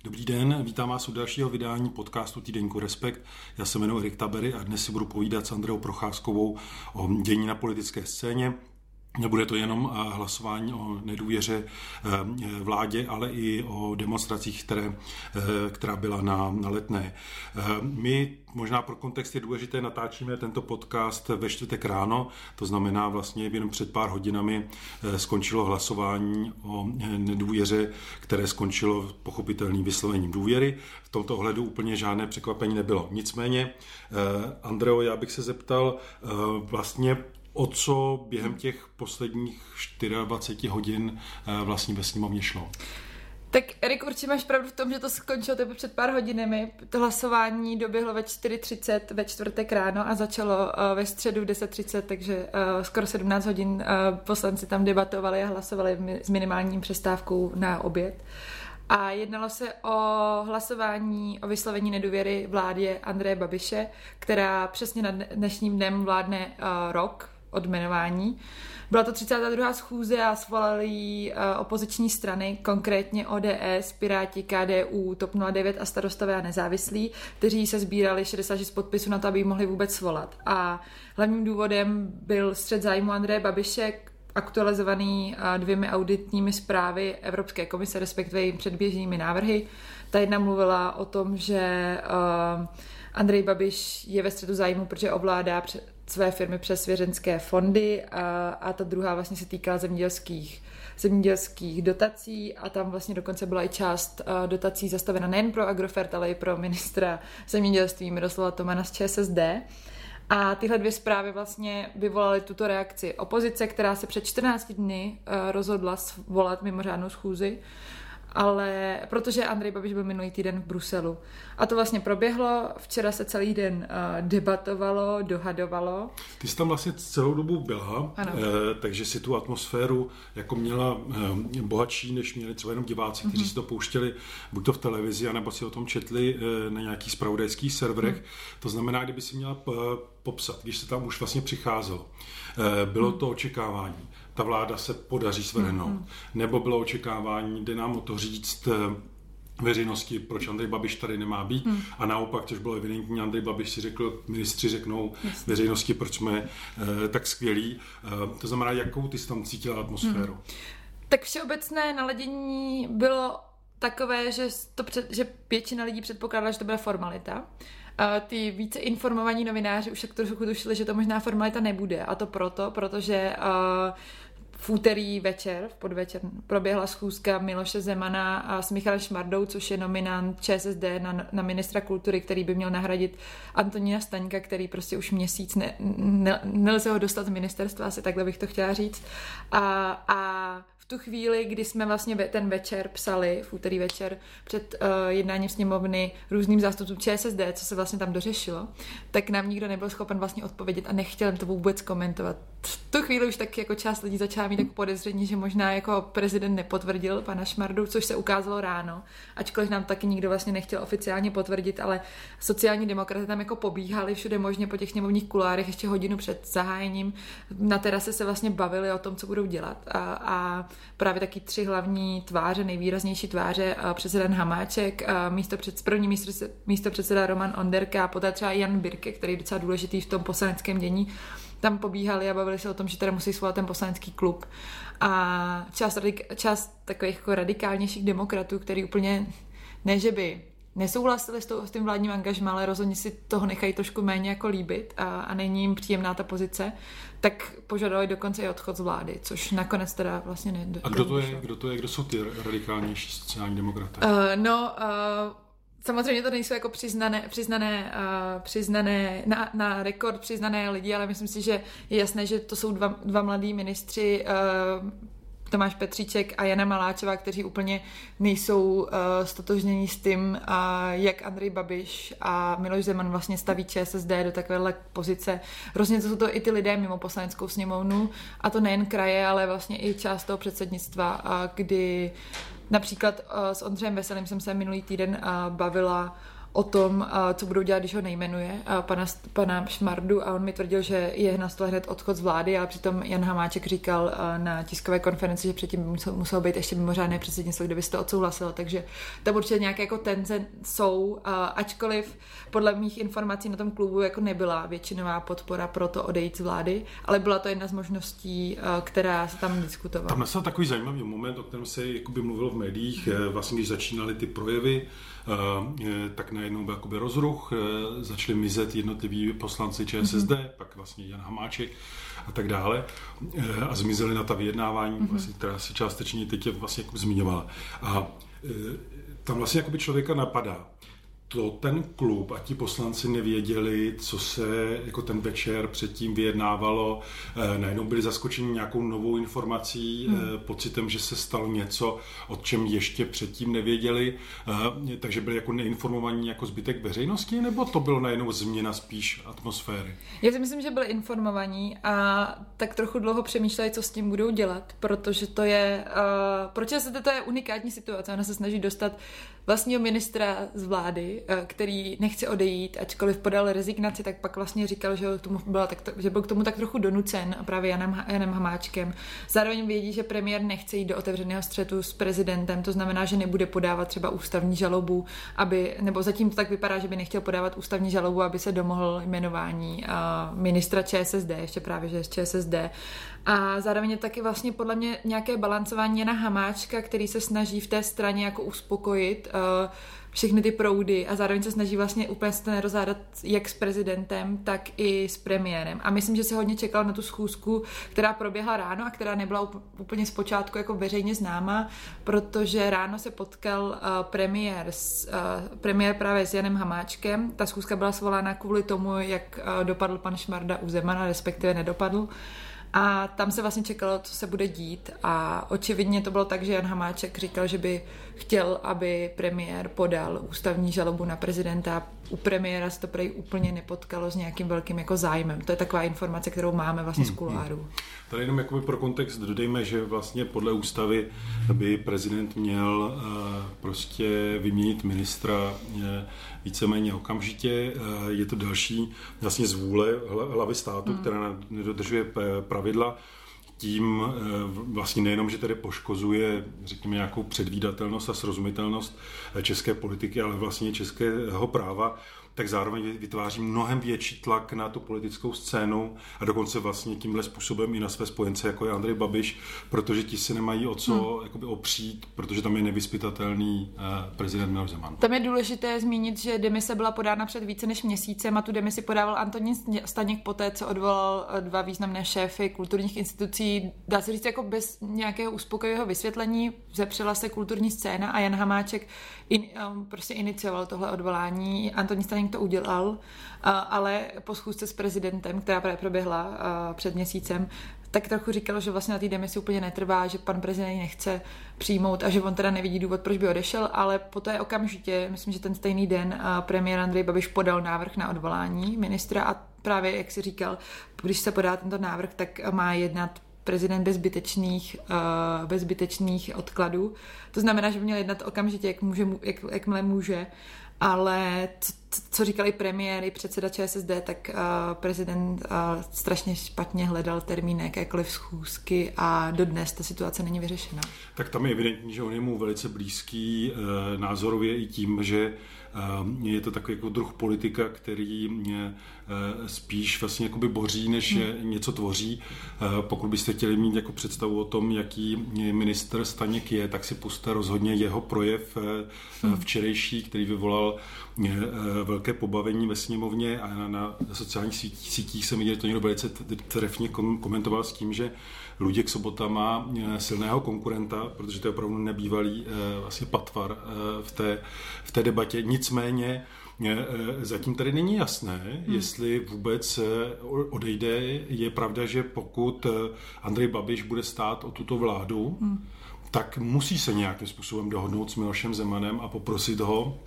Dobrý den, vítám vás u dalšího vydání podcastu Týdeníku Respekt. Já se jmenuji Erik Tabery a dnes si budu povídat s Andreou Procházkovou o dění na politické scéně. Nebude to jenom hlasování o nedůvěře vládě, ale i o demonstracích, která byla na Letné. My, možná pro kontext je důležité, natáčíme tento podcast ve čtvrtek ráno, to znamená vlastně jenom před pár hodinami skončilo hlasování o nedůvěře, které skončilo pochopitelným vyslovením důvěry. V tomto ohledu úplně žádné překvapení nebylo. Nicméně, Andreo, já bych se zeptal vlastně, o co během těch posledních 24 hodin vlastně ve sněmovně šlo? Tak Erik, určitě máš pravdu v tom, že to skončilo teprve před pár hodinami. To hlasování doběhlo ve 4:30 ve čtvrtek ráno a začalo ve středu v 10:30, takže skoro 17 hodin poslanci tam debatovali a hlasovali s minimálním přestávkou na oběd. A jednalo se o hlasování o vyslovení nedůvěry vládě Andreje Babiše, která přesně nad dnešním dnem vládne rok od jmenování. Byla to 32. schůze a svolali ji opoziční strany, konkrétně ODS, Piráti, KDU, TOP 09 a Starostové a nezávislí, kteří se sbírali 66 podpisů na to, aby ji mohli vůbec svolat. A hlavním důvodem byl střet zájmu Andreje Babiše, aktualizovaný 2 auditními zprávy Evropské komise, respektive jejím předběžnými návrhy. Ta jedna mluvila o tom, že Andrej Babiš je ve střetu zájmu, protože ovládá své firmy přes svěřenské fondy a ta druhá vlastně se týkala zemědělských dotací a tam vlastně dokonce byla i část dotací zastavena nejen pro Agrofert, ale i pro ministra zemědělství Miroslava Tomana z ČSSD. A tyhle 2 zprávy vlastně vyvolaly tuto reakci opozice, která se před 14 dny rozhodla svolat mimořádnou schůzi, ale protože Andrej Babiš byl minulý týden v Bruselu. A to vlastně proběhlo, včera se celý den debatovalo, dohadovalo. Ty jsi tam vlastně celou dobu byla, takže si tu atmosféru jako měla bohatší, než měli třeba jenom diváci, kteří si to pouštěli buď to v televizi, anebo si o tom četli na nějakých zpravodajských serverech. To znamená, kdyby si měla popsat, když se tam už vlastně přicházelo, bylo to očekávání. Ta vláda se podaří svrhnout. Nebo bylo očekávání, jde nám o to říct veřejnosti, proč Andrej Babiš tady nemá být. A naopak, což bylo evidentní, Andrej Babiš si řekl, ministři řeknou veřejnosti, proč jsme tak skvělí. To znamená, jakou ty jsi tam cítila atmosféru? Tak všeobecné naladění bylo takové, že většina lidí předpokládala, že to bude formalita. Ty více informovaní novináři už tak trochu tušili, že to možná formalita nebude. A to protože v úterý večer, v podvečer, proběhla schůzka Miloše Zemana s Michalem Šmardou, což je nominant ČSSD na ministra kultury, který by měl nahradit Antonína Staňka, který prostě už měsíc nelze ho dostat z ministerstva, asi takhle bych to chtěla říct. A v tu chvíli, kdy jsme vlastně ten večer psali, v úterý večer, před jednáním sněmovny různým zástupcům ČSSD, co se vlastně tam dořešilo, tak nám nikdo nebyl schopen vlastně odpovědět a nechtěl to vůbec komentovat. V tu chvíli už tak jako část lidí začala mít tak podezření, že možná jako prezident nepotvrdil pana Šmardu, což se ukázalo ráno, ačkoliv nám taky nikdo vlastně nechtěl oficiálně potvrdit, ale sociální demokraté tam jako pobíhali všude možně po těch sněmovních kulárech ještě hodinu před zahájením. Na terase se vlastně bavili o tom, co budou dělat a právě taky 3 hlavní tváře, nejvýraznější tváře, předseda Hamáček, první místopředseda Roman Onderka a poté třeba Jan Birke, který je docela důležitý v tom poslaneckém dění, tam pobíhali a bavili se o tom, že teda musí svolat ten poslanecký klub. A část takových jako radikálnějších demokratů, který úplně ne, že by nesouhlasili s tím vládním angažmá, ale rozhodně si toho nechají trošku méně jako líbit a není jim příjemná ta pozice, tak požadovali dokonce i odchod z vlády, což nakonec teda vlastně ne. A kdo jsou ty radikálnější sociální demokraté? Samozřejmě to nejsou jako přiznané na rekord přiznané lidi, ale myslím si, že je jasné, že to jsou dva mladí ministři, Tomáš Petříček a Jana Maláčová, kteří úplně nejsou stotožnění s tím, jak Andrej Babiš a Miloš Zeman vlastně staví ČSSD do takovéhle pozice. Rozhodně to jsou to i ty lidé mimo poslaneckou sněmovnu, a to nejen kraje, ale vlastně i část toho předsednictva, kdy například s Ondřejem Veselým jsem se minulý týden bavila o tom, co budou dělat, když ho nejmenuje, pana Šmardu, a on mi tvrdil, že je na stole hned odchod z vlády, ale přitom Jan Hamáček říkal na tiskové konferenci, že předtím muselo být ještě mimořádné předsednictvo, kde by se to odsouhlasilo, takže tam určitě nějaké jako tenze jsou, ačkoliv podle mých informací na tom klubu jako nebyla většinová podpora pro to odejít z vlády, ale byla to jedna z možností, která se tam diskutovala. Tam nastal takový zajímavý moment, o kterém se jakoby mluvilo v médiích, vlastně když začínaly ty projevy, tak najednou byl jakoby rozruch, začali mizet jednotliví poslanci ČSSD, pak vlastně Jan Hamáček a tak dále, a zmizeli na ta vyjednávání, vlastně, která se částečně teď vlastně jako zmiňovala. A tam vlastně jakoby člověka napadá, to ten klub a ti poslanci nevěděli, co se jako ten večer předtím vyjednávalo, najednou byli zaskočeni nějakou novou informací, pocitem, že se stalo něco, o čem ještě předtím nevěděli, takže byli jako neinformovaní jako zbytek veřejnosti, nebo to bylo najednou změna spíš atmosféry? Já si myslím, že byli informovaní a tak trochu dlouho přemýšleli, co s tím budou dělat, protože to je, proč se to je unikátní situace, ona se snaží dostat vlastního ministra z vlády, který nechce odejít, ačkoliv podal rezignaci, tak pak vlastně říkal, že byl k tomu tak trochu donucen právě Janem Hamáčkem. Zároveň vědí, že premiér nechce jít do otevřeného střetu s prezidentem, to znamená, že nebude podávat třeba ústavní žalobu, nebo zatím to tak vypadá, že by nechtěl podávat ústavní žalobu, aby se domohl jmenování ministra ČSSD, ještě právě, že je z ČSSD. A zároveň je taky vlastně podle mě nějaké balancování Jana Hamáčka, který se snaží v té straně jako uspokojit všechny ty proudy a zároveň se snaží vlastně úplně se to nerozhádat jak s prezidentem, tak i s premiérem. A myslím, že se hodně čekalo na tu schůzku, která proběhla ráno a která úplně zpočátku jako veřejně známa, protože ráno se potkal premiér právě s Janem Hamáčkem. Ta schůzka byla svolána kvůli tomu, jak dopadl pan Šmarda u Zemana, respektive nedopadl. A tam se vlastně čekalo, co se bude dít, a očividně to bylo tak, že Jan Hamáček říkal, že by chtěl, aby premiér podal ústavní žalobu na prezidenta. U premiéra se to prej úplně nepotkalo s nějakým velkým jako zájmem. To je taková informace, kterou máme vlastně z kuloáru. Tady jenom jakoby pro kontext dodejme, že vlastně podle ústavy by prezident měl prostě vyměnit ministra víceméně okamžitě. Je to další vlastně zvůle hlavy státu, která nedodržuje pravidla. Tím vlastně nejenom, že tedy poškozuje, řekněme, nějakou předvídatelnost a srozumitelnost české politiky, ale vlastně českého práva, tak zároveň vytváří mnohem větší tlak na tu politickou scénu a dokonce vlastně tímhle způsobem i na své spojence, jako je Andrej Babiš, protože ti se nemají o co jakoby opřít, protože tam je nevyzpytatelný prezident Miloš Zeman. Tam je důležité zmínit, že demise byla podána před více než měsícem a tu demisi podával Antonín Staněk poté, co odvolal 2 významné šéfy kulturních institucí. Dá se říct jako bez nějakého uspokojivého vysvětlení, vzepřela se kulturní scéna a Jan Hamáček prostě inicioval tohle odvolání. Antonín Staněk to udělal, ale po schůzce s prezidentem, která právě proběhla před měsícem, tak trochu říkal, že vlastně na té demisi úplně netrvá, že pan prezident ji nechce přijmout a že on teda nevidí důvod, proč by odešel, ale poté okamžitě, myslím, že ten stejný den premiér Andrej Babiš podal návrh na odvolání ministra a právě, jak si říkal, když se podá tento návrh, tak má jednat prezident bez zbytečných odkladů. To znamená, že by měl jednat okamžitě, jakmile může. Ale co říkali premiér i předseda ČSSD, tak prezident strašně špatně hledal termín jakékoliv schůzky a dodnes ta situace není vyřešena. Tak tam je evidentní, že on je mu velice blízký názorově i tím, že je to takový jako druh politika, který spíš vlastně jakoby boří, než něco tvoří. Pokud byste chtěli mít jako představu o tom, jaký ministr Staněk je, tak si pusťte rozhodně jeho projev včerejší, který vyvolal velké pobavení ve sněmovně a na sociálních sítích jsem viděl, že to někdo velice trefně komentoval s tím, že Luděk Sobota má silného konkurenta, protože to je opravdu nebývalý vlastně patvar v té debatě. Nicméně zatím tady není jasné, jestli vůbec odejde. Je pravda, že pokud Andrej Babiš bude stát o tuto vládu, tak musí se nějakým způsobem dohodnout s Milošem Zemanem a poprosit ho,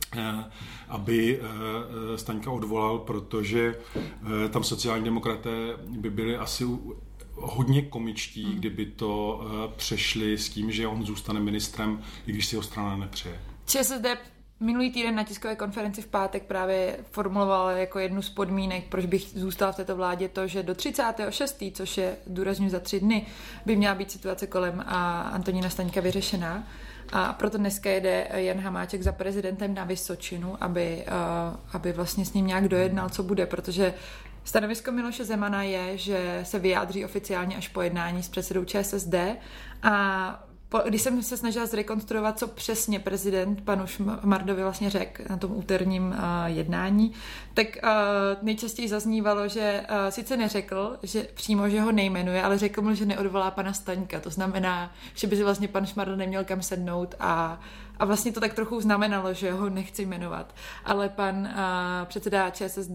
aby Staňka odvolal, protože tam sociální demokraté by byli asi hodně komičtí, kdyby to přešli s tím, že on zůstane ministrem, i když si ho strana nepřeje. ČSSD minulý týden na tiskové konferenci v pátek právě formuloval jako jednu z podmínek, proč bych zůstala v této vládě, to, že do 36., což je důrazně za 3 dny, by měla být situace kolem Antonína Staňka vyřešená. A proto dneska jede Jan Hamáček za prezidentem na Vysočinu, aby vlastně s ním nějak dojednal, co bude, protože stanovisko Miloše Zemana je, že se vyjádří oficiálně až po jednání s předsedou ČSSD a když jsem se snažila zrekonstruovat, co přesně prezident panu Šmardovi vlastně řekl na tom úterním jednání, tak nejčastěji zaznívalo, že sice neřekl, že přímo, že ho nejmenuje, ale řekl mu, že neodvolá pana Staňka. To znamená, že by si vlastně pan Šmarda neměl kam sednout a vlastně to tak trochu znamenalo, že ho nechci jmenovat. Ale pan předseda ČSSD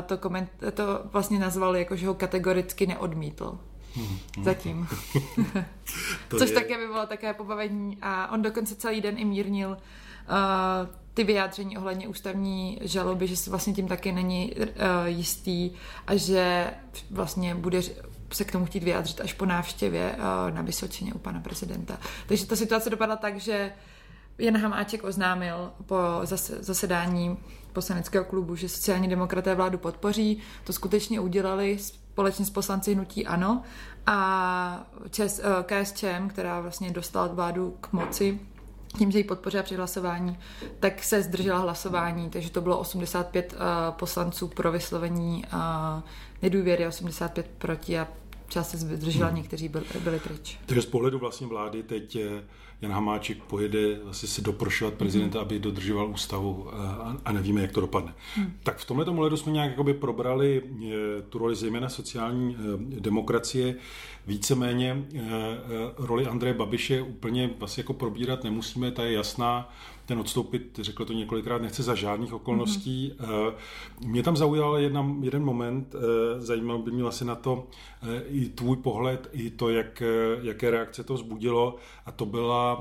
to vlastně nazval jako, že ho kategoricky neodmítl. Zatím. Což také by bylo také pobavení a on dokonce celý den i mírnil ty vyjádření ohledně ústavní žaloby, že se vlastně tím taky není jistý a že vlastně bude se k tomu chtít vyjádřit až po návštěvě na Vysočině u pana prezidenta. Takže ta situace dopadla tak, že Jan Hamáček oznámil po zasedání poslaneckého klubu, že sociální demokraté vládu podpoří. To skutečně udělali společně s poslanci hnutí ANO a KSČM, která vlastně dostala vládu k moci, tím, že ji podpořila při hlasování, tak se zdržela hlasování, takže to bylo 85 poslanců pro vyslovení nedůvěry, 85 proti a část se zdržela, někteří byli pryč. Takže z pohledu vlastně vlády teď Jan Hamáček pojede vlastně si doprošovat prezidenta, aby dodržoval ústavu a nevíme, jak to dopadne. Tak v tomhle ohledu jsme nějak jakoby probrali tu roli zejména sociální demokracie. Víceméně roli Andreje Babiše úplně vlastně jako probírat nemusíme, ta je jasná. Ten odstoupit, řekl to několikrát, nechce za žádných okolností. Mě tam zaujal jeden moment, zajímalo by mě vlastně na to i tvůj pohled, i to, jaké reakce to vzbudilo, a to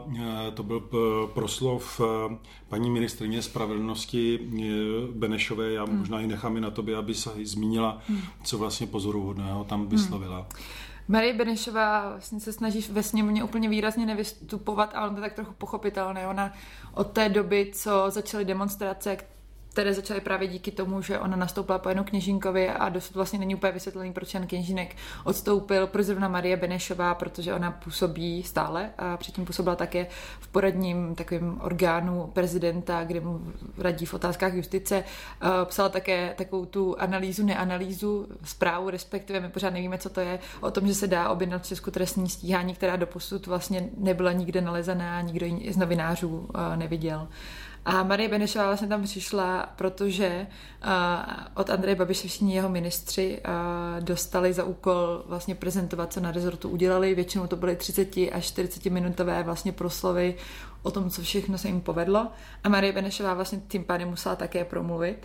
byl proslov paní ministryně spravedlnosti Benešové. Já možná i nechám i na tobě, aby se zmínila, co vlastně pozoruhodného tam vyslovila. Marie Benešová vlastně se snaží ve sněmovně úplně výrazně nevystupovat, ale on to tak trochu pochopitelné. Ona od té doby, co začaly demonstrace, které začaly právě díky tomu, že ona nastoupila po Janu Kněžínkovi a dosud vlastně není úplně vysvětlený, proč Jan Kněžínek odstoupil, proč zrovna Marie Benešová, protože ona působí stále a předtím působila také v poradním takovém orgánu prezidenta, kde mu radí v otázkách justice. Psala také takovou tu neanalýzu, zprávu, respektive my pořád nevíme, co to je, o tom, že se dá objednat v Česku trestní stíhání, která doposud vlastně nebyla nikde nalezená, nikdo z novinářů neviděl. A Marie Benešová vlastně tam přišla, protože od Andreje Babiše všichni jeho ministři dostali za úkol vlastně prezentovat, co na rezortu udělali. Většinou to byly 30 až 40 minutové vlastně proslovy o tom, co všechno se jim povedlo. A Marie Benešová vlastně tím pádem musela také promluvit.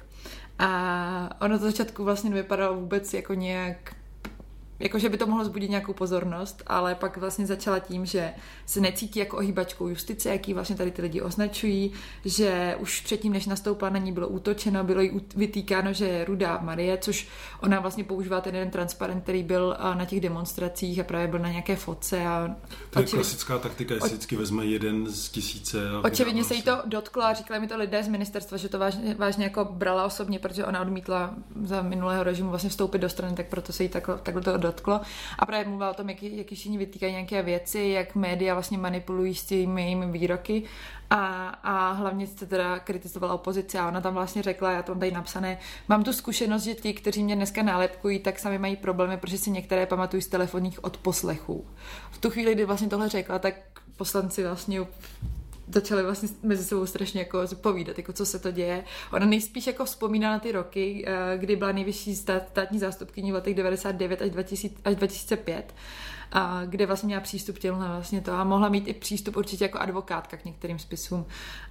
A ono to začátku vlastně nevypadalo vůbec jako nějak, jakože by to mohlo vzbudit nějakou pozornost, ale pak vlastně začala tím, že se necítí jako ohýbačkou justice, jaký vlastně tady ty lidi označují, že už předtím, než nastoupila, na ní bylo útočeno, bylo jí vytýkáno, že je rudá Marie, což ona vlastně používá ten jeden transparent, který byl na těch demonstracích a právě byl na nějaké fotce. To je klasická taktika, jestli vždycky vezme jeden z tisíce. Očividně se jí to dotklo a říkali mi to lidé z ministerstva, že to vážně jako brala osobně, protože ona odmítla za minulého režimu vlastně vstoupit do strany, tak proto se jí takhle to dotklo. A právě mluvila o tom, jak všichni vytýkají nějaké věci, jak média vlastně manipulují s těmi jejími výroky a hlavně se teda kritizovala opozice a ona tam vlastně řekla, já to mám tady napsané, mám tu zkušenost, že ti, kteří mě dneska nálepkují, tak sami mají problémy, protože si některé pamatují z telefonních odposlechů. V tu chvíli, kdy vlastně tohle řekla, tak poslanci vlastně začali vlastně mezi sebou strašně jako povídat, jako co se to děje. Ona nejspíš jako vzpomíná na ty roky, kdy byla nejvyšší státní zástupkyní v letech 99 až 2005, kde vlastně měla přístup těmhle vlastně to a mohla mít i přístup určitě jako advokátka k některým spisům.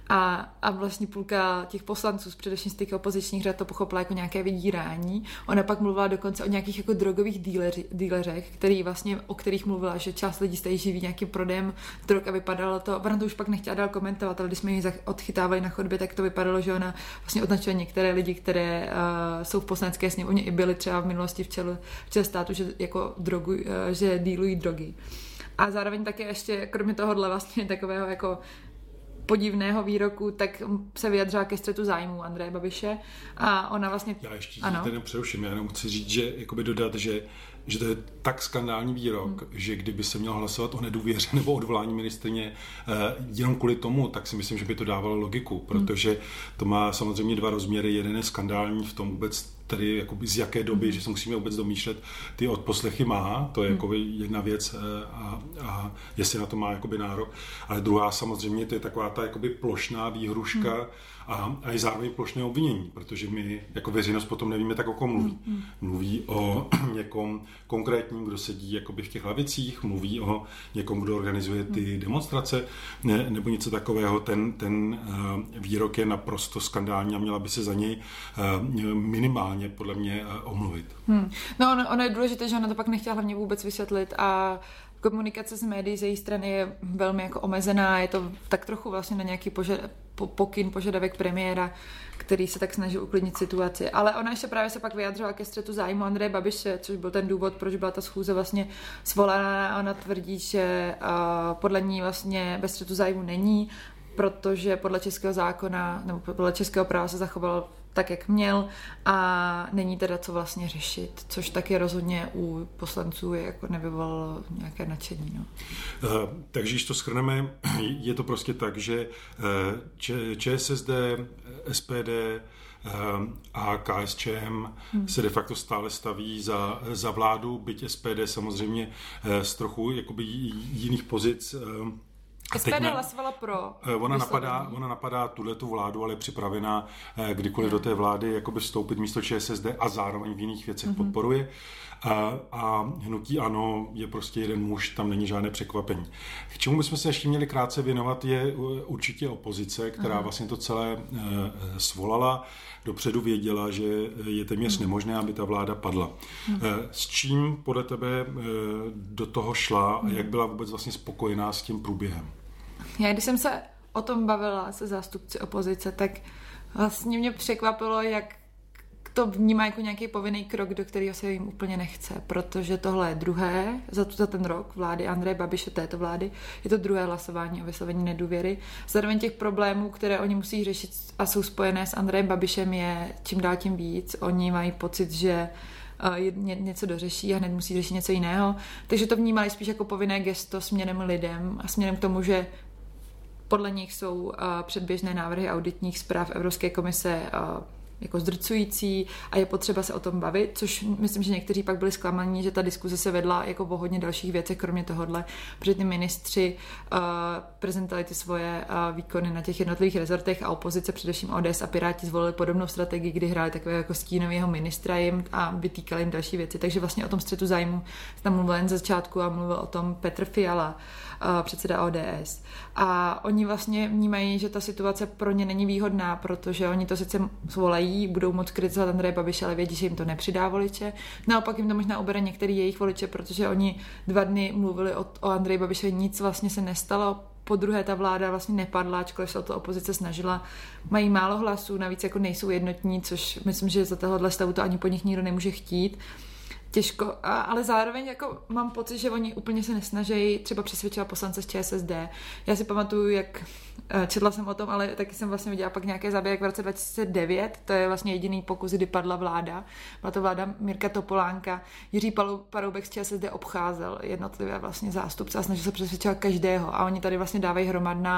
A vlastně půlka těch poslanců, především z těch opozičních řad, to pochopila jako nějaké vydírání. Ona pak mluvila dokonce o nějakých jako drogových dílerech, o kterých mluvila, že část lidí se živí nějakým prodejem drog a vypadalo to, ona to už pak nechtěla dál komentovat, ale když jsme ji odchytávali na chodbě, tak to vypadalo, že ona vlastně označuje některé lidi, které jsou v poslanecké sněmovně i byli třeba v minulosti v čele státu, že jako že dílují drogy. A zároveň také ještě, kromě tohohle vlastně takového jako podivného výroku, tak se vyjadřila ke střetu zájmů Andreje Babiše a ona vlastně... Já ještě ten přeruším, já jenom chci říct, že jakoby dodat, že to je tak skandální výrok, že kdyby se mělo hlasovat o nedůvěře nebo odvolání ministryně jenom kvůli tomu, tak si myslím, že by to dávalo logiku, protože to má samozřejmě dva rozměry. Jeden je skandální v tom vůbec tedy jakoby z jaké doby, že se musíme vůbec domýšlet, ty odposlechy má, to je jakoby jedna věc a jestli na to má jakoby nárok, ale druhá samozřejmě to je taková ta jakoby plošná výhruška a i zároveň plošné obvinění, protože my jako veřejnost potom nevíme tak, o kom mluví. Mluví o někom konkrétním, kdo sedí jakoby v těch lavicích, mluví o někom, kdo organizuje ty demonstrace, nebo něco takového. Ten výrok je naprosto skandální a měla by se za něj minimálně podle mě omluvit. No ono je důležité, že ona to pak nechtěla hlavně vůbec vysvětlit a komunikace s médií z její strany je velmi jako omezená, je to tak trochu vlastně na nějaký požadavek premiéra, který se tak snažil uklidnit situaci. Ale ona ještě právě se pak vyjadřila ke střetu zájmu Andreje Babiše, což byl ten důvod, proč byla ta schůze vlastně svolaná. Ona tvrdí, že podle ní vlastně bez střetu zájmu není, protože podle českého zákona nebo podle českého práva se zachoval tak, jak měl a není teda co vlastně řešit, což taky rozhodně u poslanců jako nevyvolalo nějaké nadšení. No. Takže když to shrneme, je to prostě tak, že ČSSD, SPD a KSČM se de facto stále staví za vládu, byť SPD samozřejmě z trochu jakoby jiných pozic. SPD hlasovala pro. Ona napadá tuhletu vládu, ale je připravená kdykoliv do té vlády jakoby vstoupit místo ČSSD a zároveň v jiných věcech podporuje. A hnutí ANO je prostě jeden muž, tam není žádné překvapení. K čemu bychom se ještě měli krátce věnovat, je určitě opozice, která vlastně to celé svolala. Dopředu věděla, že je téměř nemožné, aby ta vláda padla. S čím podle tebe do toho šla a jak byla vůbec vlastně spokojená s tím průběhem? Já když jsem se o tom bavila se zástupci opozice, tak vlastně mě překvapilo, jak to vnímá jako nějaký povinný krok, do kterého se jim úplně nechce, protože tohle je druhé za ten rok vlády Andreje Babiše, této vlády, je to druhé hlasování o vyslovení nedůvěry. Zároveň těch problémů, které oni musí řešit a jsou spojené s Andrejem Babišem, je čím dál tím víc. Oni mají pocit, že něco dořeší a hned musí řešit něco jiného. Takže to vnímali spíš jako povinné gesto směrem lidem a směrem k tomu, že podle nich jsou předběžné návrhy auditních zpráv Evropské komise jako zdrcující a je potřeba se o tom bavit, což myslím, že někteří pak byli zklamaní, že ta diskuze se vedla jako o hodně dalších věcech, kromě tohohle, protože ty ministři prezentovali ty svoje výkony na těch jednotlivých rezortech a opozice, především ODS a Piráti, zvolili podobnou strategii, kdy hráli takové jako stínového ministra jim a vytýkali jim další věci. Takže vlastně o tom střetu zájmu tam mluvil jen ze začátku a mluvil o tom Petr Fiala, předseda ODS. A oni vlastně vnímají, že ta situace pro ně není výhodná, protože oni to sice svolají, budou moc kritizovat Andreje Babiše, ale vědí, že jim to nepřidá voliče. Naopak jim to možná ubere některý jejich voliče, protože oni 2 dny mluvili o Andreji Babišovi, nic vlastně se nestalo. Po druhé ta vláda vlastně nepadla, ačkoliv se o to opozice snažila. Mají málo hlasů, navíc jako nejsou jednotní, což myslím, že za tohohle stavu to ani po nich nikdo nemůže chtít. Těžko, ale zároveň jako mám pocit, že oni úplně se nesnaží třeba přesvědčovat poslance z ČSSD. Já si pamatuju, jak četla jsem o tom, ale taky jsem vlastně viděla pak nějaké záběry v roce 2009, to je vlastně jediný pokus, kdy padla vláda. Byla to vláda Mirka Topolánka. Jiří Paroubek z ČSSD obcházel jednotlivé vlastně zástupce a snažil se přesvědčovat každého. A oni tady vlastně dávají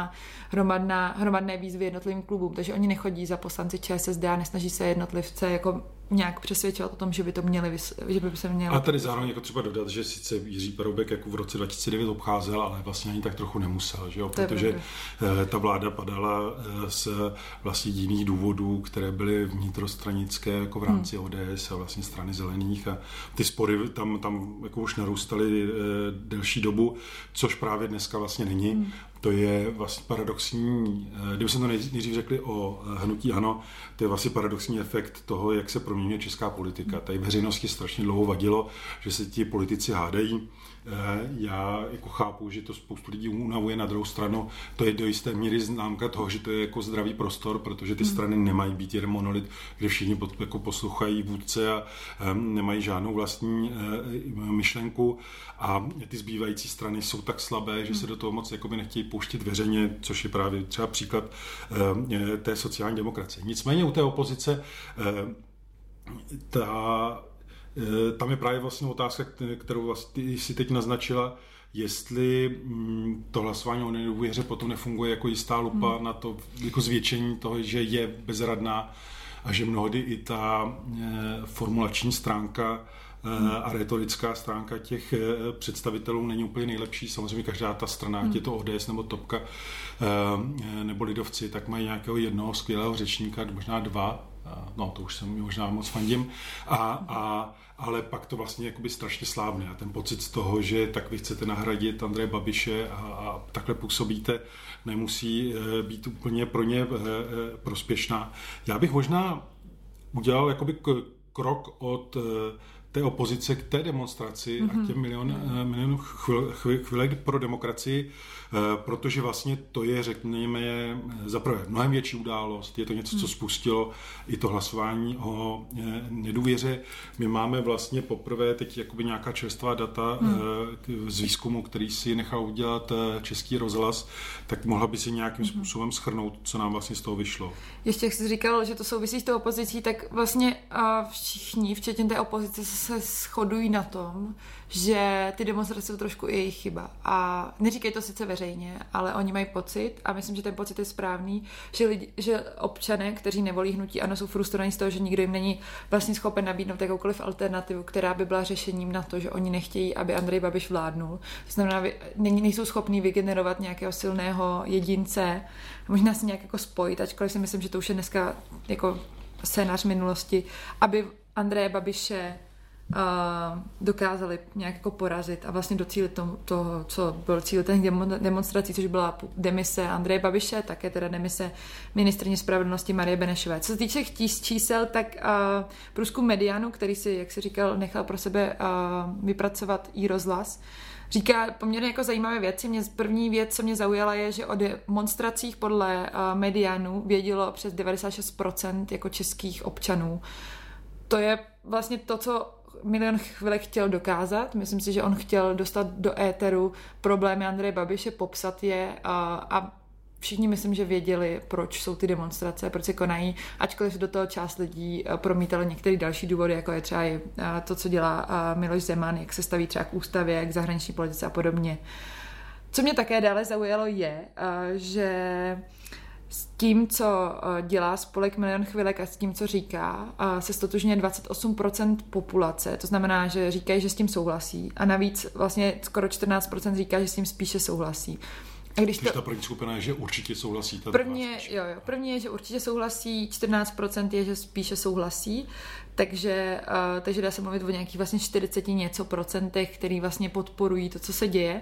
hromadné výzvy jednotlivým klubům, takže oni nechodí za poslanci ČSSD a nesnaží se jednotlivce jako nějak přesvědčovat o tom, že by to měli, že by se měli. A tady zároveň jako třeba dodat, že sice Jiří Paroubek jako v roce 2009 obcházel, ale vlastně ani tak trochu nemusel, že jo? Protože ta vláda padala z vlastně jiných důvodů, které byly vnitrostranické jako v rámci ODS a vlastně strany zelených a ty spory tam jako už narůstaly delší dobu, což právě dneska vlastně není. To je vlastně paradoxní, kdyby jsme to nejdřív řekli o hnutí ANO, to je vlastně paradoxní efekt toho, jak se proměňuje česká politika. Tady veřejnosti strašně dlouho vadilo, že se ti politici hádají, Já jako chápu, že to spoustu lidí unavuje, na druhou stranu to je do jisté míry známka toho, že to je jako zdravý prostor, protože ty strany nemají být jeden monolit, kde všichni jako poslouchají vůdce a nemají žádnou vlastní myšlenku a ty zbývající strany jsou tak slabé, že se do toho moc jakoby nechtějí pouštět veřejně, což je právě třeba příklad té sociální demokracie. Nicméně u té opozice tam je právě vlastně otázka, kterou vlastně si teď naznačila, jestli to hlasování o nedůvěře potom nefunguje jako jistá lupa na to jako zvětšení toho, že je bezradná a že mnohdy i ta formulační stránka a retorická stránka těch představitelů není úplně nejlepší. Samozřejmě každá ta strana, ať je to ODS nebo Topka nebo Lidovci, tak mají nějakého jednoho skvělého řečníka, možná dva, no to už jsem možná moc fandím, ale pak to vlastně jakoby strašně slábne a ten pocit z toho, že tak vy chcete nahradit Andreje Babiše a takhle působíte, nemusí být úplně pro ně prospěšná. Já bych možná udělal jakoby krok od té opozice k té demonstraci a těm milionům chvilek pro demokracii, protože vlastně to je, řekněme, zaprvé mnohem větší událost. Je to něco, co spustilo i to hlasování o nedůvěře. My máme vlastně poprvé teď jakoby nějaká čerstvá data z výzkumu, který si nechal udělat Český rozhlas, tak mohla by si nějakým způsobem shrnout, co nám vlastně z toho vyšlo. Ještě jak jsi říkal, že to souvisí s tou opozicí, tak vlastně všichni, včetně té opozice, se shodují na tom, že ty demonstrace jsou trošku i jejich chyba. A neříkají to sice veřejně, ale oni mají pocit, a myslím, že ten pocit je správný, že občané, kteří nevolí hnutí ANO, jsou frustrovaní z toho, že nikdo jim není vlastně schopen nabídnout jakoukoliv alternativu, která by byla řešením na to, že oni nechtějí, aby Andrej Babiš vládnul. To znamená, nejsou schopní vygenerovat nějakého silného jedince, možná se nějak jako spojit, ačkoliv si myslím, že to už je dneska jako scénář minulosti, aby Andreje Babiše dokázali nějak jako porazit a vlastně docílit toho, co byl cíl těch demonstrací, což byla demise Andreje Babiše, také teda demise ministryně spravedlnosti Marie Benešové. Co se týče čísel, tak průzkum Medianu, který si, jak si říkal, nechal pro sebe vypracovat i rozhlas, říká poměrně jako zajímavé věci. První věc, co mě zaujala, je, že o demonstracích podle Medianu vědělo přes 96% jako českých občanů. To je vlastně to, co Milion chvilek chtěl dokázat. Myslím si, že on chtěl dostat do éteru problémy Andreje Babiše, popsat je a všichni myslím, že věděli, proč jsou ty demonstrace, proč se konají, ačkoliv do toho část lidí promítalo některé další důvody, jako je třeba i to, co dělá Miloš Zeman, jak se staví třeba k ústavě, k zahraniční politice a podobně. Co mě také dále zaujalo je, že s tím, co dělá spolek Milion chvilek a s tím, co říká, se stotožňuje 28% populace. To znamená, že říkají, že s tím souhlasí. A navíc vlastně skoro 14% říká, že s tím spíše souhlasí. A když ta první skupina je, že určitě souhlasí. První je, že určitě souhlasí, 14% je, že spíše souhlasí. Takže dá se mluvit o nějakých vlastně 40 něco procentech, který vlastně podporují to, co se děje.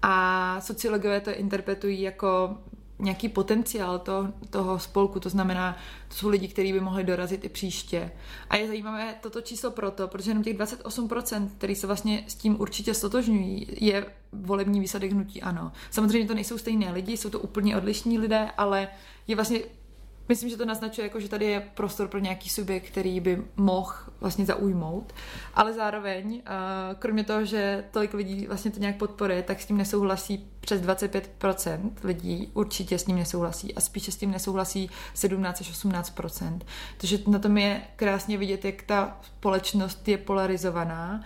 A sociologové to interpretují jako nějaký potenciál toho spolku, to znamená, to jsou lidi, kteří by mohli dorazit i příště. A je zajímavé toto číslo proto, protože jenom těch 28%, který se vlastně s tím určitě stotožňují, je volební výsledek hnutí ANO. Samozřejmě to nejsou stejné lidi, jsou to úplně odlišní lidé, ale je vlastně, myslím, že to naznačuje, jako, že tady je prostor pro nějaký subjekt, který by mohl vlastně zaujmout, ale zároveň, kromě toho, že tolik lidí vlastně to nějak podporuje, tak s tím nesouhlasí přes 25% lidí, určitě s ním nesouhlasí a spíše s tím nesouhlasí 17 až 18%. Takže na tom je krásně vidět, jak ta společnost je polarizovaná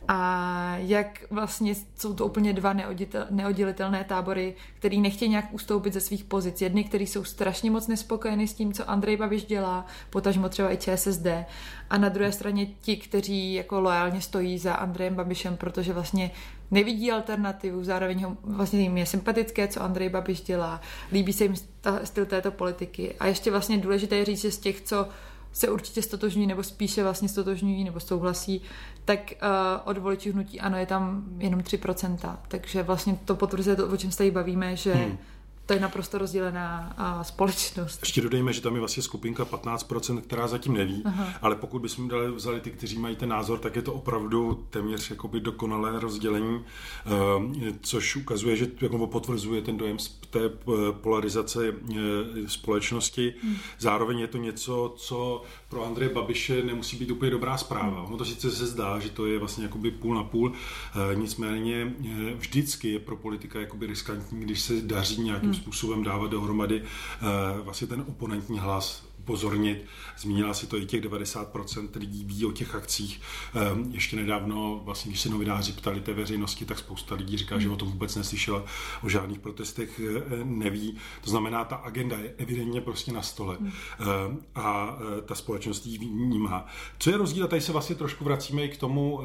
a jak vlastně jsou to úplně dva neoddělitelné tábory, který nechtějí nějak ustoupit ze svých pozic. Jedni, kteří jsou strašně moc nespokojeni s tím, co Andrej Babiš dělá, potažmo třeba i ČSSD, a na druhé straně ti, kteří jako loajálně stojí za Andrejem Babišem, protože vlastně nevidí alternativu, zároveň vlastně jim je sympatické, co Andrej Babiš dělá, líbí se jim styl této politiky. A ještě vlastně důležité je říct, že z těch, co se určitě stotožňují nebo spíše vlastně stotožňují nebo souhlasí, tak od voličů hnutí ANO je tam jenom 3%. Takže vlastně to potvrzuje to, o čem se tady bavíme, že to je naprosto rozdělená společnost. Ještě dodejme, že tam je vlastně skupinka 15%, která zatím neví, ale pokud bychom vzali ty, kteří mají ten názor, tak je to opravdu téměř jakoby dokonalé rozdělení, což ukazuje, že jako potvrzuje ten dojem z té polarizace společnosti. Zároveň je to něco, co pro Andreje Babiše nemusí být úplně dobrá zpráva. Ono to sice se zdá, že to je vlastně jakoby půl na půl, nicméně vždycky je pro politika jakoby riskantní, když se daří nějakým způsobem dávat dohromady vlastně ten oponentní hlas, upozornit. Zmínila si to i těch 90% lidí ví o těch akcích. Ještě nedávno, vlastně, když se novináři ptali té veřejnosti, tak spousta lidí říká, že o tom vůbec neslyšela, o žádných protestech neví. To znamená, ta agenda je evidentně prostě na stole a ta společnost ji vnímá. Co je rozdíl? Tady se vlastně trošku vracíme i k tomu,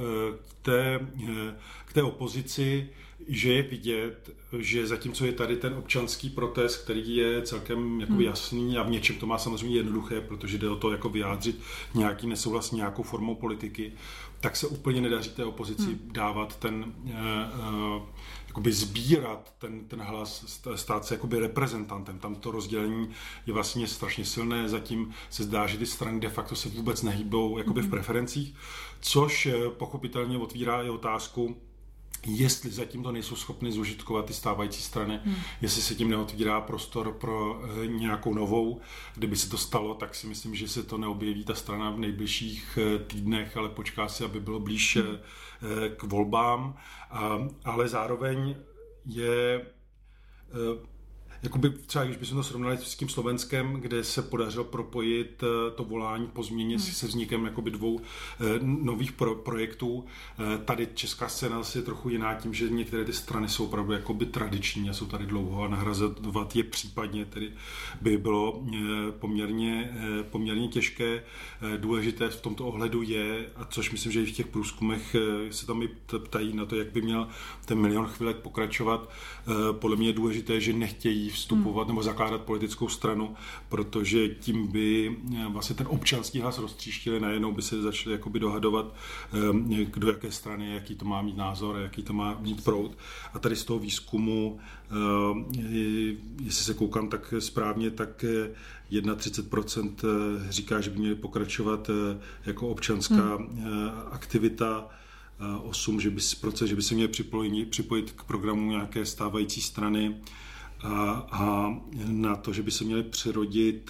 k té opozici, že je vidět, že zatímco je tady ten občanský protest, který je celkem jako jasný a v něčem to má samozřejmě jednoduché, protože jde o to jako vyjádřit nějaký nesouhlas s nějakou formou politiky, tak se úplně nedaří té opozici dávat ten, jakoby sbírat ten hlas, stát se jakoby reprezentantem. Tam to rozdělení je vlastně strašně silné, zatím se zdá, že ty strany de facto se vůbec nehýbou jakoby v preferencích, což pochopitelně otvírá i otázku, jestli zatím to nejsou schopny zužitkovat ty stávající strany, jestli se tím neotvírá prostor pro nějakou novou. Kdyby se to stalo, tak si myslím, že se to neobjeví ta strana v nejbližších týdnech, ale počká si, aby bylo blíž k volbám. Ale zároveň je jakoby třeba, když bychom to srovnali s tím Slovenskem, kde se podařilo propojit to volání po změně se vznikem jakoby dvou nových projektů. Tady česká scéna je trochu jiná tím, že některé ty strany jsou opravdu jakoby tradiční a jsou tady dlouho a nahrazovat je případně tedy by bylo poměrně těžké. Důležité v tomto ohledu je, a což myslím, že i v těch průzkumech se tam i ptají na to, jak by měl ten milion chvilek pokračovat. Podle mě je důležité, že nechtějí vstupovat nebo zakládat politickou stranu, protože tím by vlastně ten občanský hlas roztříštili, najednou by se začali jakoby dohadovat, do jaké strany, jaký to má mít názor, jaký to má mít proud. A tady z toho výzkumu, jestli se koukám tak správně, tak 31% říká, že by měli pokračovat jako občanská aktivita, 8%, že by se měli připojit k programu nějaké stávající strany, a na to, že by se měli přirodit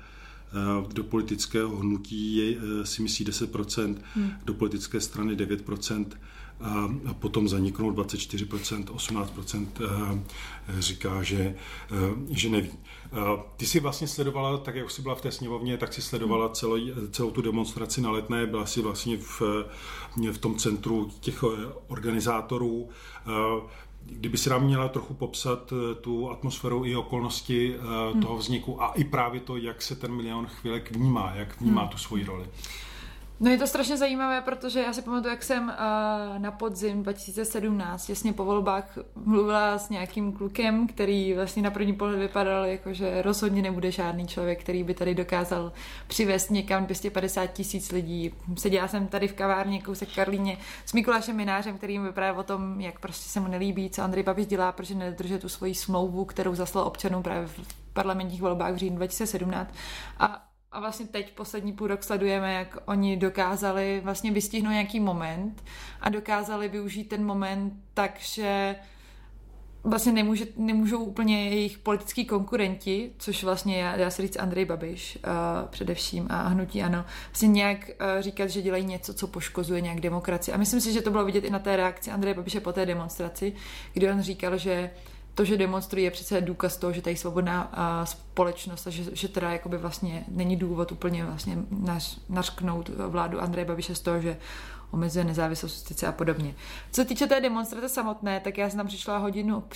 do politického hnutí, si myslí 10%, do politické strany 9%, a potom zaniknout 24%, 18% říká, že neví. Ty jsi vlastně sledovala, tak jak jsi byla v té sněmovně, tak si sledovala celou tu demonstraci na Letné, byla si vlastně v tom centru těch organizátorů. Kdyby si nám měla trochu popsat tu atmosféru i okolnosti toho vzniku a i právě to, jak se ten milion chvílek vnímá, jak vnímá tu svoji roli. No je to strašně zajímavé, protože já si pamatuju, jak jsem na podzim 2017, těsně po volbách, mluvila s nějakým klukem, který vlastně na první pohled vypadal jako, že rozhodně nebude žádný člověk, který by tady dokázal přivést někam 250 000 lidí. Seděla jsem tady v kavárně kousek Karlíně s Mikulášem Minářem, který mi vyprávěl o tom, jak prostě se mu nelíbí, co Andrej Babiš dělá, protože nedodržuje tu svoji smlouvu, kterou zaslal občanům právě v parlamentních volbách v říjnu 2017. A vlastně teď poslední půl rok sledujeme, jak oni dokázali vlastně vystihnout nějaký moment a dokázali využít ten moment tak, že vlastně nemůžou úplně jejich politický konkurenti, což vlastně dá se říct Andrej Babiš především a hnutí ANO, vlastně nějak říkat, že dělají něco, co poškozuje nějak demokracii. A myslím si, že to bylo vidět i na té reakci Andreje Babiše po té demonstraci, kdy on říkal, že to, že demonstrují, je přece důkaz toho, že tady je svobodná společnost a že teda jakoby vlastně není důvod úplně vlastně nařknout vládu Andreje Babiše z toho, že omezuje nezávislost justice a podobně. Co se týče té demonstrace samotné, tak já jsem tam přišla hodinu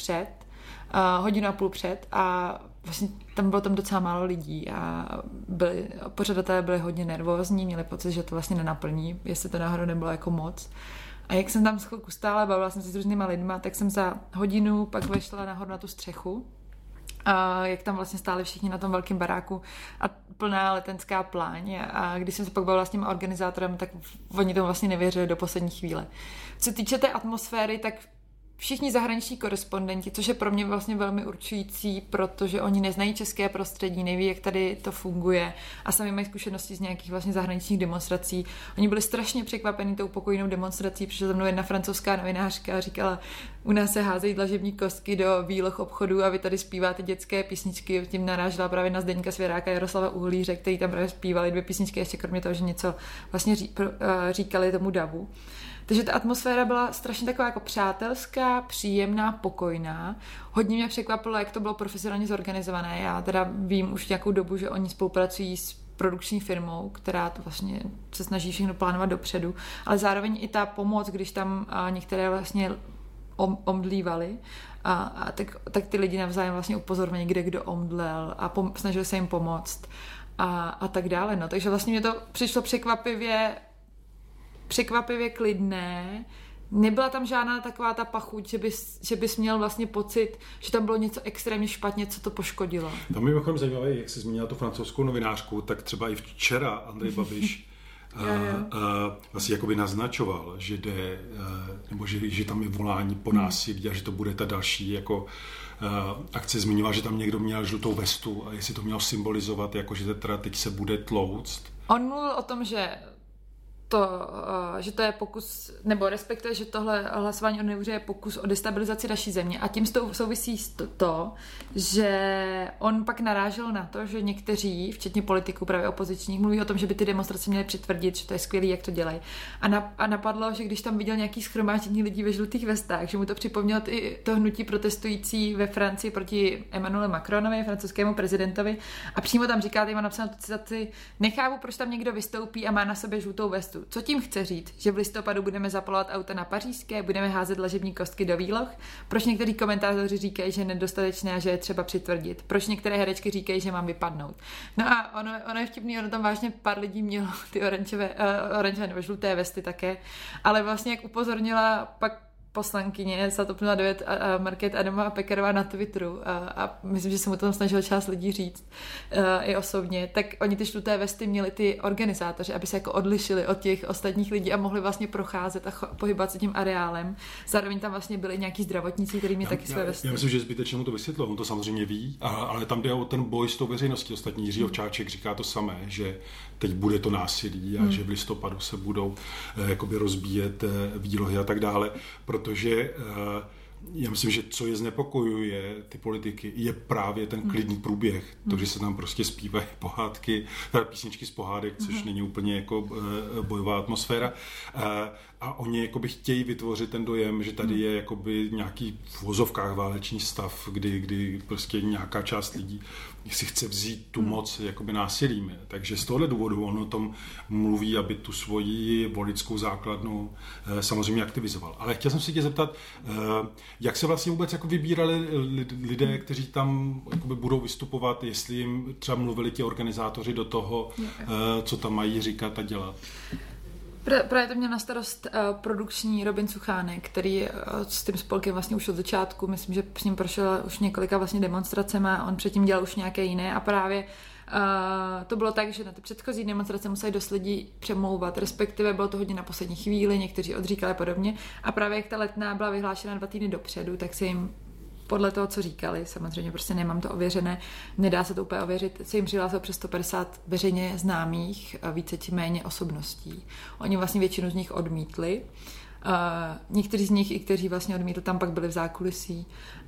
a půl před a vlastně tam bylo docela málo lidí a pořadatelé byli hodně nervózní, měli pocit, že to vlastně nenaplní, jestli to náhodou nebylo jako moc. A jak jsem tam chvilku stála, bavila jsem se s různýma lidma, tak jsem za hodinu pak vešla nahoru na tu střechu. A jak tam vlastně stáli všichni na tom velkém baráku a plná letenská pláň. A když jsem se pak bavila s tím organizátorem, tak oni tomu vlastně nevěřili do poslední chvíle. Co se týče té atmosféry, tak všichni zahraniční korespondenti, což je pro mě vlastně velmi určující, protože oni neznají české prostředí, neví, jak tady to funguje a sami mají zkušenosti z nějakých vlastně zahraničních demonstrací. Oni byli strašně překvapení tou pokojnou demonstrací, přišla za mnou jedna francouzská novinářka a říkala, u nás se házejí dlažební kostky do výloh obchodů a vy tady zpíváte dětské písničky. Tím narážela právě na Zdeňka Svěráka a Jaroslava Uhlíře, který tam právě zpívali 2 písničky, ještě kromě toho, že něco vlastně říkali tomu davu. Takže ta atmosféra byla strašně taková jako přátelská, příjemná, pokojná. Hodně mě překvapilo, jak to bylo profesionálně zorganizované. Já teda vím už nějakou dobu, že oni spolupracují s produkční firmou, která to vlastně se snaží všechno plánovat dopředu, ale zároveň i ta pomoc, když tam některé vlastně omdlívali, tak ty lidi navzájem vlastně upozorňovali, kde kdo omdlel a snažili se jim pomoct a tak dále. No. Takže vlastně mě to přišlo překvapivě klidné. Nebyla tam žádná taková ta pachuť, že bys měl vlastně pocit, že tam bylo něco extrémně špatně, co to poškodilo. To mi mimochodem zajímavé, jak jsi zmínila tu francouzskou novinářku, tak třeba i včera Andrej Babiš vlastně jakoby naznačoval, že jde, nebo že tam je volání po násilí a že to bude ta další jako akce. Zmiňoval, že tam někdo měl žlutou vestu a jestli to mělo symbolizovat, jako že teda teď se bude tlouct. On mluvil o tom, že to je pokus, nebo respektive, že tohle hlasování o nedůvěře je pokus o destabilizaci naší země. A tím souvisí to, že on pak narážel na to, že někteří, včetně politiků právě opozičních, mluví o tom, že by ty demonstrace měly přitvrdit, že to je skvělý, jak to dělají. A napadlo, že když tam viděl nějaký shromáždění lidí ve žlutých vestách, že mu to připomnělo i to hnutí protestující ve Francii proti Emmanuelu Macronovi, francouzskému prezidentovi. A přímo tam říká, tady má napsanou tu citaci, nechápu, proč tam někdo vystoupí a má na sobě žlutou vestu. Co tím chce říct? Že v listopadu budeme zapalovat auta na Pařížské, budeme házet dlažební kostky do výloh? Proč některý komentátoři říkají, že je nedostatečné a že je třeba přitvrdit? Proč některé herečky říkají, že mám vypadnout? No a ono je vtipný, ono tam vážně pár lidí mělo ty oranžové nebo žluté vesty také, ale vlastně jak upozornila pak poslankyně za TOP 09 Markéta Adamová Pekarová na Twitteru a myslím, že se mu to tam snažil část lidí říct i osobně, tak oni ty žluté vesty měli ty organizátoři, aby se jako odlišili od těch ostatních lidí a mohli vlastně procházet a pohybovat se tím areálem. Zároveň tam vlastně byli nějaký zdravotníci, kteří měli taky své vesty. Já myslím, že zbytečně mu to vysvětlil, on to samozřejmě ví, ale tam jde o ten boj s tou veřejností. Ostatní Jiří Ovčáček říká to samé, že teď bude to násilí a že v listopadu se budou jakoby rozbíjet výlohy a tak dále, protože já myslím, že co je znepokojuje ty politiky, je právě ten klidný průběh. To, že se tam prostě zpívají pohádky, písničky z pohádek, což není úplně jako bojová atmosféra. A oni jakoby chtějí vytvořit ten dojem, že tady je jakoby nějaký v vozovkách váleční stav, kdy prostě nějaká část lidí si chce vzít tu moc jakoby násilím. Takže z tohohle důvodu on o tom mluví, aby tu svoji voličskou základnu samozřejmě aktivizoval. Ale chtěl jsem se tě zeptat, jak se vlastně vůbec jako vybírali lidé, kteří tam jakoby budou vystupovat, jestli jim třeba mluvili ti organizátoři do toho, co tam mají říkat a dělat? Právě to měl na starost produkční Robin Suchánek, který s tím spolkem vlastně už od začátku, myslím, že s ním prošel už několika vlastně demonstracemi, on předtím dělal už nějaké jiné a právě to bylo tak, že na ty předchozí demonstrace museli dost lidí přemlouvat, respektive bylo to hodně na poslední chvíli, někteří odříkali podobně a právě jak ta letná byla vyhlášena 2 týdny dopředu, tak se jim podle toho, co říkali, samozřejmě prostě nemám to ověřené, nedá se to úplně ověřit, se jim přihlásilo přes 150 veřejně známých, více či méně osobností. Oni vlastně většinu z nich odmítli. Někteří z nich, i kteří vlastně odmítli, tam pak byli v zákulisí.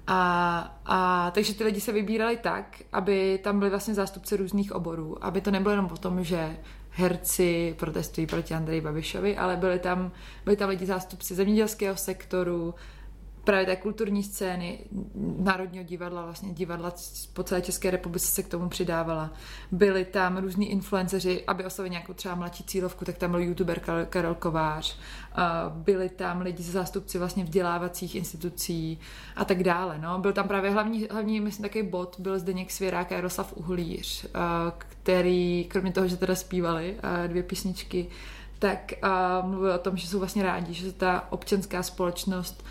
Takže ty lidi se vybírali tak, aby tam byli vlastně zástupci různých oborů, aby to nebylo jenom o tom, že herci protestují proti Andreji Babišovi, ale byli tam lidi zástupci zemědělského sektoru, právě té kulturní scény, Národního divadla, vlastně divadla po celé České republice se k tomu přidávala. Byli tam různí influenceři, aby oslovili nějakou třeba mladší cílovku, tak tam byl youtuber Karel Kovář. Byli tam lidi ze zástupci vlastně vzdělávacích institucí a tak dále. No. Byl tam právě hlavní myslím, takový bod, byl Zdeněk Svěrák a Jaroslav Uhlíř, který, kromě toho, že teda zpívali 2 písničky, tak mluvil o tom, že jsou vlastně rádi, že se ta občanská společnost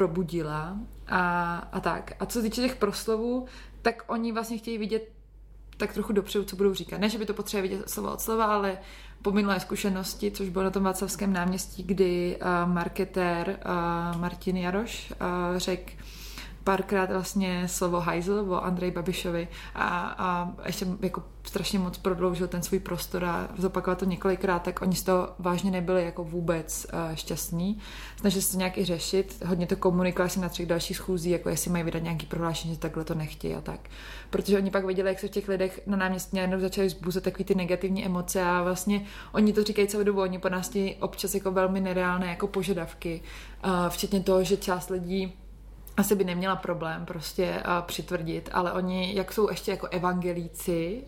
probudila a tak. A co se týče těch proslovů, tak oni vlastně chtějí vidět tak trochu dopředu, co budou říkat. Ne, že by to potřebovali vidět slovo od slova, ale po minulé zkušenosti, což bylo na tom Václavském náměstí, kdy marketér Martin Jaroš řekl párkrát vlastně slovo hajzl o Andreji Babišovi a ještě jako strašně moc prodloužil ten svůj prostor a zopakovat to několikrát, tak oni z toho vážně nebyli jako vůbec šťastní. Snažili se to nějak i řešit, hodně to komunikovali si na 3 dalších schůzí, jako jestli mají vydat nějaký prohlášení, že takhle to nechtějí a tak. Protože oni pak viděli, jak se v těch lidech na náměstí najednou začaly zbuzet takový ty negativní emoce a vlastně oni to říkají celou dobu, oni po nás chtějí občas jako velmi nereálné jako požadavky, včetně toho, že část lidí asi by neměla problém prostě přitvrdit, ale oni, jak jsou ještě jako evangelíci,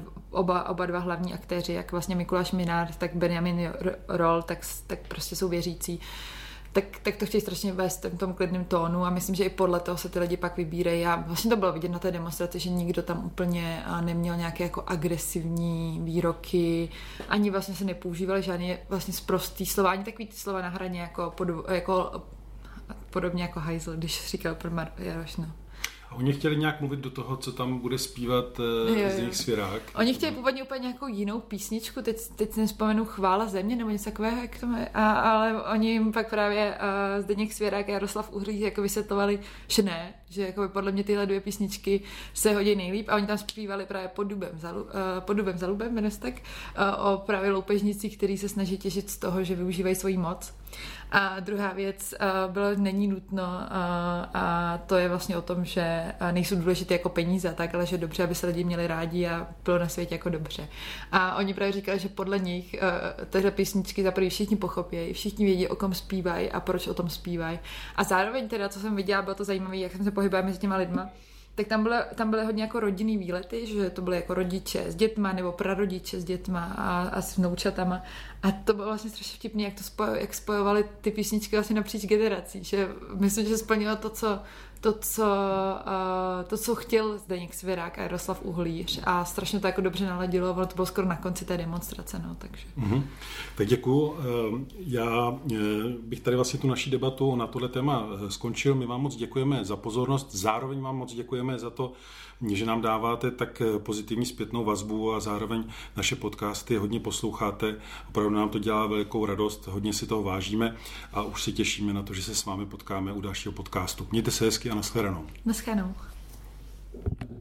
oba dva hlavní aktéři, jak vlastně Mikuláš Minár, tak Benjamin Roll, tak prostě jsou věřící, tak to chtějí strašně vést v tom klidném tónu a myslím, že i podle toho se ty lidi pak vybírají a vlastně to bylo vidět na té demonstraci, že nikdo tam úplně neměl nějaké jako agresivní výroky, ani vlastně se nepoužívali žádný vlastně sprostý slova, ani takový ty slova na hraně jako podobně jako hajzl, když říkal pro Jaroš, no. A oni chtěli nějak mluvit do toho, co tam bude zpívat Zdeněk Svěrák. Oni chtěli původně úplně nějakou jinou písničku, teď nevzpomenu Chvála země, nebo něco takového, jak to je, ale oni jim pak právě Zdeněk Svěrák a Jaroslav Uhlíř jako vysvětlovali, že ne, že jako podle mě tyhle 2 písničky se hodí nejlíp a oni tam zpívali právě pod dubem za lubem, jmenuje se tak, o právě loupežnicích, který se snaží těžit z toho, že využívají svoji moc. A druhá věc bylo, není nutno a to je vlastně o tom, že nejsou důležité jako peníze, tak, ale že dobře, aby se lidi měli rádi a bylo na světě jako dobře. A oni právě říkali, že podle nich tyhle písničky za první všichni pochopí, všichni vědí, o kom zpívají a proč o tom zpívají. A zároveň teda, co jsem viděla, bylo to zajímavé, jak jsem se pohybovala mezi těma lidma, tak tam byly hodně jako rodinný výlety, že to byly jako rodiče s dětma nebo prarodiče s dětma a s vnoučatama. A to bylo vlastně strašně vtipný, jak spojovali ty písničky vlastně napříč generací, že myslím, že splnilo to, co chtěl Zdeněk Svěrák a Jaroslav Uhlíř a strašně to jako dobře naladilo, ono to bylo skoro na konci té demonstrace, no, takže. Tak děkuju. Já bych tady vlastně tu naši debatu na tohle téma skončil. My vám moc děkujeme za pozornost, zároveň vám moc děkujeme za to, že nám dáváte tak pozitivní zpětnou vazbu a zároveň naše podcasty hodně posloucháte. Opravdu nám to dělá velikou radost, hodně si toho vážíme a už se těšíme na to, že se s vámi potkáme u dalšího podcastu. Mějte se hezky a nashledanou. Nashledanou.